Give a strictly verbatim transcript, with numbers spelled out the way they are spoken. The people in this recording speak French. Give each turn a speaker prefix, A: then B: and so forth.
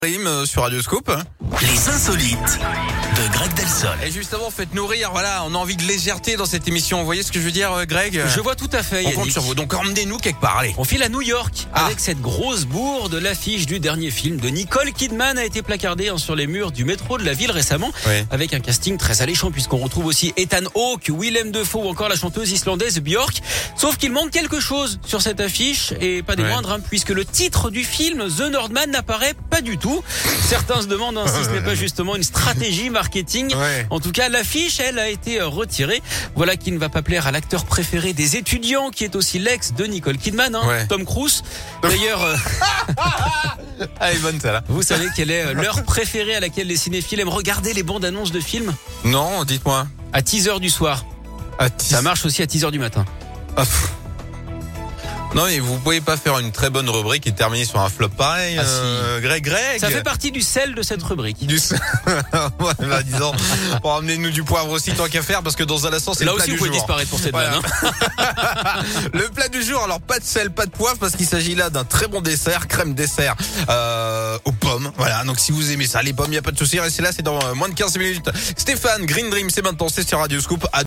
A: Rime sur Radioscope.
B: Les insolites de Greg Delsol.
A: Et justement, faites-nous rire. Voilà, on a envie de légèreté dans cette émission. Vous voyez ce que je veux dire, Greg?
C: Je vois tout à fait,
A: On compte
C: Yannick.
A: sur vous. Donc emmenez-nous quelque part. Allez.
C: On file à New York
A: Ah.
C: avec cette grosse bourde. L'affiche du dernier film de Nicole Kidman a été placardée hein, sur les murs du métro de la ville récemment,
A: Oui.
C: avec un casting très alléchant puisqu'on retrouve aussi Ethan Hawke, Willem Dafoe ou encore la chanteuse islandaise Björk. Sauf qu'il manque quelque chose sur cette affiche et pas des
A: Ouais.
C: moindres, hein, puisque le titre du film The Northman n'apparaît pas du tout. Certains se demandent hein, si ce n'est pas justement une stratégie marketing.
A: Ouais.
C: En tout cas, l'affiche, elle, a été retirée. Voilà qui ne va pas plaire à l'acteur préféré des étudiants, qui est aussi l'ex de Nicole Kidman, hein,
A: Ouais.
C: Tom Cruise. D'ailleurs, euh,
A: Allez, bonne celle-là.
C: vous savez quelle est euh, l'heure préférée à laquelle les cinéphiles aiment regarder les bandes annonces de films?
A: Non, dites-moi.
C: À dix heures du soir.
A: Ah,
C: Ça marche aussi à dix heures du matin.
A: Ah, pff. Non, mais vous pouvez pas faire une très bonne rubrique et terminer sur un flop pareil,
C: Ah,
A: euh, Greg, Greg.
C: Ça fait partie du sel de cette rubrique.
A: Du ouais, bah, disons, pour amener-nous du poivre aussi tant qu'à faire, parce que dans un instant c'est
C: Là
A: le plat
C: aussi,
A: du
C: vous pouvez
A: jour.
C: disparaître pour cette
A: Voilà.
C: vanne. Hein.
A: Le plat du jour, alors pas de sel, pas de poivre, parce qu'il s'agit là d'un très bon dessert, crème dessert euh, aux pommes. Voilà, donc si vous aimez ça, les pommes, il y a pas de souci, restez là, c'est dans euh, moins de quinze minutes. Stéphane, Green Dream, c'est maintenant, c'est sur Radio Scoop. À